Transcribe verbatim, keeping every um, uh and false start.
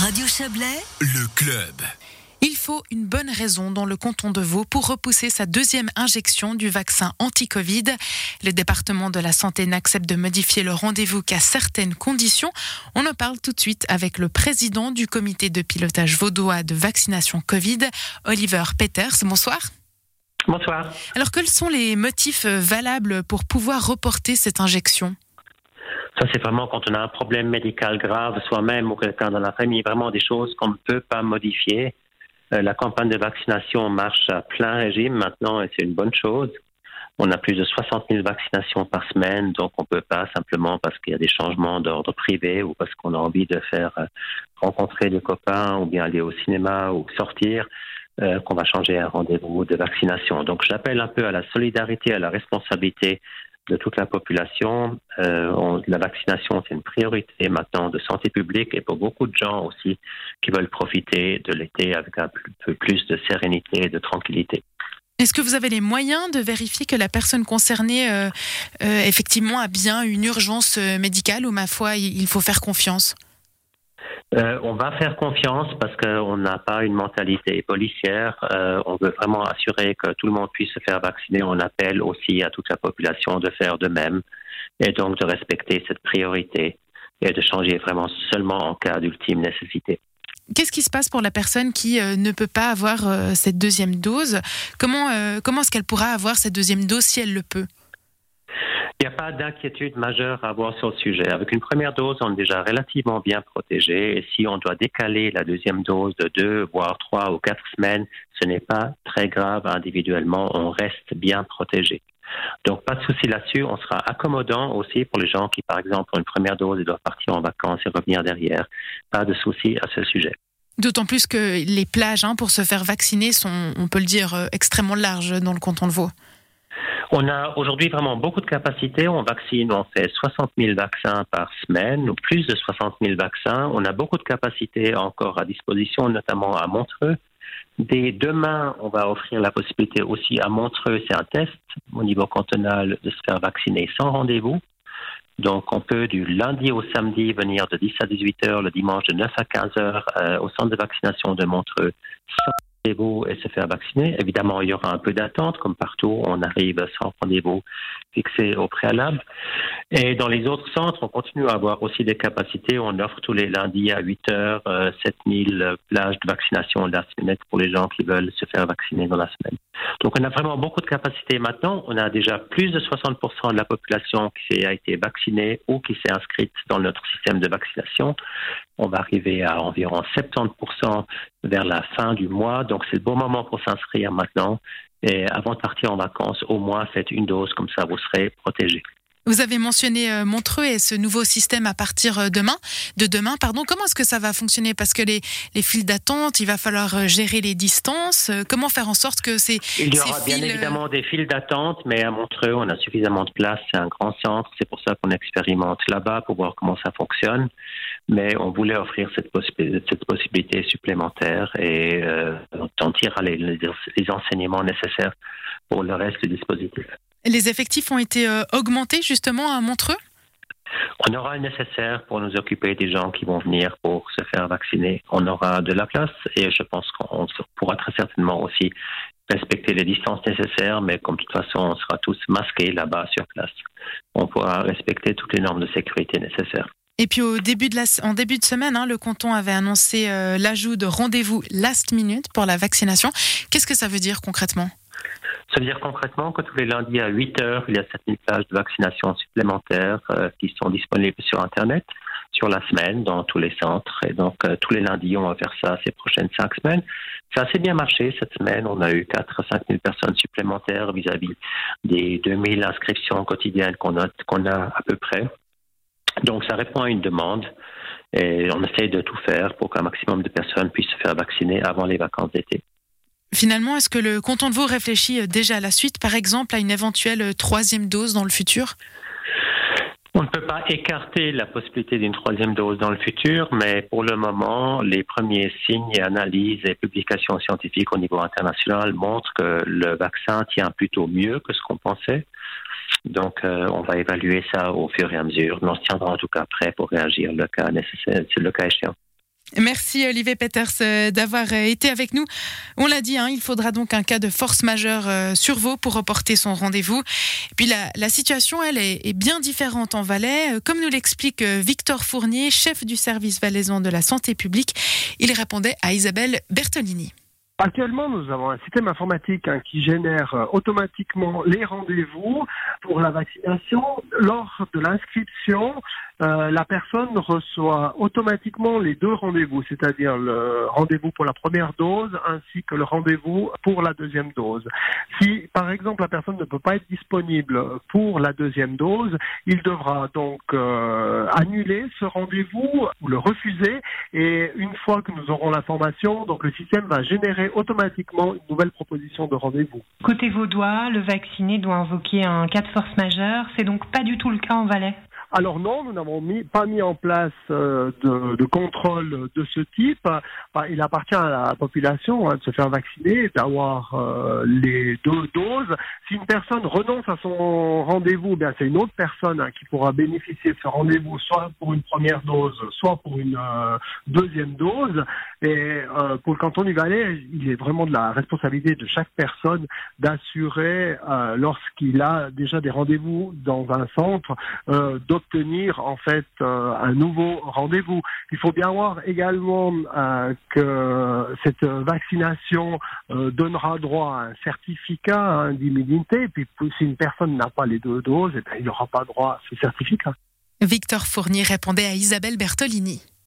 Radio Chablais, le club. Il faut une bonne raison dans le canton de Vaud pour repousser sa deuxième injection du vaccin anti-Covid. Le département de la santé n'accepte de modifier le rendez-vous qu'à certaines conditions. On en parle tout de suite avec le président du comité de pilotage vaudois de vaccination Covid, Oliver Peters. Bonsoir. Bonsoir. Alors, quels sont les motifs valables pour pouvoir reporter cette injection ? Ça, c'est vraiment quand on a un problème médical grave, soi-même ou quelqu'un dans la famille, vraiment des choses qu'on ne peut pas modifier. Euh, la campagne de vaccination marche à plein régime maintenant et c'est une bonne chose. On a plus de soixante mille vaccinations par semaine, donc on ne peut pas simplement parce qu'il y a des changements d'ordre privé ou parce qu'on a envie de faire euh, rencontrer des copains ou bien aller au cinéma ou sortir, euh, qu'on va changer un rendez-vous de vaccination. Donc j'appelle un peu à la solidarité, à la responsabilité de toute la population. Euh, on, la vaccination, c'est une priorité maintenant de santé publique et pour beaucoup de gens aussi qui veulent profiter de l'été avec un peu plus de sérénité et de tranquillité. Est-ce que vous avez les moyens de vérifier que la personne concernée euh, euh, effectivement a bien une urgence médicale ou ma foi, il faut faire confiance ? Euh, on va faire confiance parce qu'on n'a pas une mentalité policière. Euh, on veut vraiment assurer que tout le monde puisse se faire vacciner. On appelle aussi à toute la population de faire de même et donc de respecter cette priorité et de changer vraiment seulement en cas d'ultime nécessité. Qu'est-ce qui se passe pour la personne qui euh, ne peut pas avoir euh, cette deuxième dose ? Comment, euh, comment est-ce qu'elle pourra avoir cette deuxième dose si elle le peut ? Il n'y a pas d'inquiétude majeure à avoir sur le sujet. Avec une première dose, on est déjà relativement bien protégé. Et si on doit décaler la deuxième dose de deux, voire trois ou quatre semaines, ce n'est pas très grave individuellement. On reste bien protégé. Donc, pas de souci là-dessus. On sera accommodant aussi pour les gens qui, par exemple, ont une première dose et doivent partir en vacances et revenir derrière. Pas de souci à ce sujet. D'autant plus que les plages hein, pour se faire vacciner sont, on peut le dire, euh, extrêmement larges dans le canton de Vaud. On a aujourd'hui vraiment beaucoup de capacités. On vaccine, on fait soixante mille vaccins par semaine, ou plus de soixante mille vaccins. On a beaucoup de capacités encore à disposition, notamment à Montreux. Dès demain, on va offrir la possibilité aussi à Montreux, c'est un test au niveau cantonal, de se faire vacciner sans rendez-vous. Donc, on peut du lundi au samedi venir de dix à dix-huit heures, le dimanche de neuf à quinze heures euh, au centre de vaccination de Montreux sans rendez-vous et se faire vacciner. Évidemment, il y aura un peu d'attente, comme partout, on arrive sans rendez-vous fixé au préalable. Et dans les autres centres, on continue à avoir aussi des capacités. On offre tous les lundis à huit heures, euh, sept mille plages de vaccination last minute pour les gens qui veulent se faire vacciner dans la semaine. Donc, on a vraiment beaucoup de capacités maintenant. On a déjà plus de soixante pour cent de la population qui a été vaccinée ou qui s'est inscrite dans notre système de vaccination. On va arriver à environ soixante-dix pour cent vers la fin du mois. Donc, c'est le bon moment pour s'inscrire maintenant. Et avant de partir en vacances, au moins faites une dose, comme ça vous serez protégé. Vous avez mentionné euh, Montreux et ce nouveau système à partir euh, demain, de demain. Pardon. Comment est-ce que ça va fonctionner ? Parce que les, les files d'attente, il va falloir euh, gérer les distances. Euh, comment faire en sorte que ces Il y aura ces bien files, évidemment des files d'attente, mais à Montreux, on a suffisamment de place. C'est un grand centre. C'est pour ça qu'on expérimente là-bas pour voir comment ça fonctionne. Mais on voulait offrir cette, possi- cette possibilité supplémentaire et euh, on tirera les, les, les enseignements nécessaires pour le reste du dispositif. Les effectifs ont été euh, augmentés justement à Montreux ? On aura le nécessaire pour nous occuper des gens qui vont venir pour se faire vacciner. On aura de la place et je pense qu'on pourra très certainement aussi respecter les distances nécessaires, mais comme de toute façon, on sera tous masqués là-bas sur place. On pourra respecter toutes les normes de sécurité nécessaires. Et puis au début de la, en début de semaine, hein, le canton avait annoncé euh, l'ajout de rendez-vous last minute pour la vaccination. Qu'est-ce que ça veut dire concrètement ? Ça veut dire concrètement que tous les lundis à huit heures, il y a sept mille plages de vaccination supplémentaires euh, qui sont disponibles sur Internet, sur la semaine, dans tous les centres. Et donc, euh, tous les lundis, on va faire ça ces prochaines cinq semaines. Ça a assez bien marché cette semaine. On a eu quatre à cinq mille personnes supplémentaires vis-à-vis des deux mille inscriptions quotidiennes qu'on a, qu'on a à peu près. Donc, ça répond à une demande. Et on essaie de tout faire pour qu'un maximum de personnes puissent se faire vacciner avant les vacances d'été. Finalement, est-ce que le canton de Vaud réfléchit déjà à la suite, par exemple, à une éventuelle troisième dose dans le futur ? On ne peut pas écarter la possibilité d'une troisième dose dans le futur, mais pour le moment, les premiers signes et analyses et publications scientifiques au niveau international montrent que le vaccin tient plutôt mieux que ce qu'on pensait. Donc, euh, on va évaluer ça au fur et à mesure. Mais on se tiendra en tout cas prêt pour réagir le cas nécessaire, le cas échéant. Merci Olivier Peters d'avoir été avec nous. On l'a dit, hein, il faudra donc un cas de force majeure sur Vaud pour reporter son rendez-vous. Et puis la, la situation, elle, est, est bien différente en Valais. Comme nous l'explique Victor Fournier, chef du service valaisan de la santé publique, il répondait à Isabelle Bertolini. Actuellement, nous avons un système informatique hein, qui génère euh, automatiquement les rendez-vous pour la vaccination. Lors de l'inscription, euh, la personne reçoit automatiquement les deux rendez-vous, c'est-à-dire le rendez-vous pour la première dose ainsi que le rendez-vous pour la deuxième dose. Si, par exemple, la personne ne peut pas être disponible pour la deuxième dose, il devra donc euh, annuler ce rendez-vous ou le refuser. Et une fois que nous aurons l'information, donc le système va générer automatiquement une nouvelle proposition de rendez-vous. Côté vaudois, le vacciné doit invoquer un cas de force majeure. C'est donc pas du tout le cas en Valais. Alors non, nous n'avons mis, pas mis en place euh, de, de contrôle de ce type. Bah, il appartient à la population hein, de se faire vacciner, d'avoir euh, les deux doses. Si une personne renonce à son rendez-vous, bien c'est une autre personne hein, qui pourra bénéficier de ce rendez-vous, soit pour une première dose, soit pour une euh, deuxième dose. Et euh, pour le canton du Valais, il est vraiment de la responsabilité de chaque personne d'assurer, euh, lorsqu'il a déjà des rendez-vous dans un centre, euh, obtenir en fait euh, un nouveau rendez-vous. Il faut bien voir également euh, que cette vaccination euh, donnera droit à un certificat hein, d'immunité. Et puis si une personne n'a pas les deux doses, eh bien, il n'aura pas droit à ce certificat. Victor Fournier répondait à Isabelle Bertolini.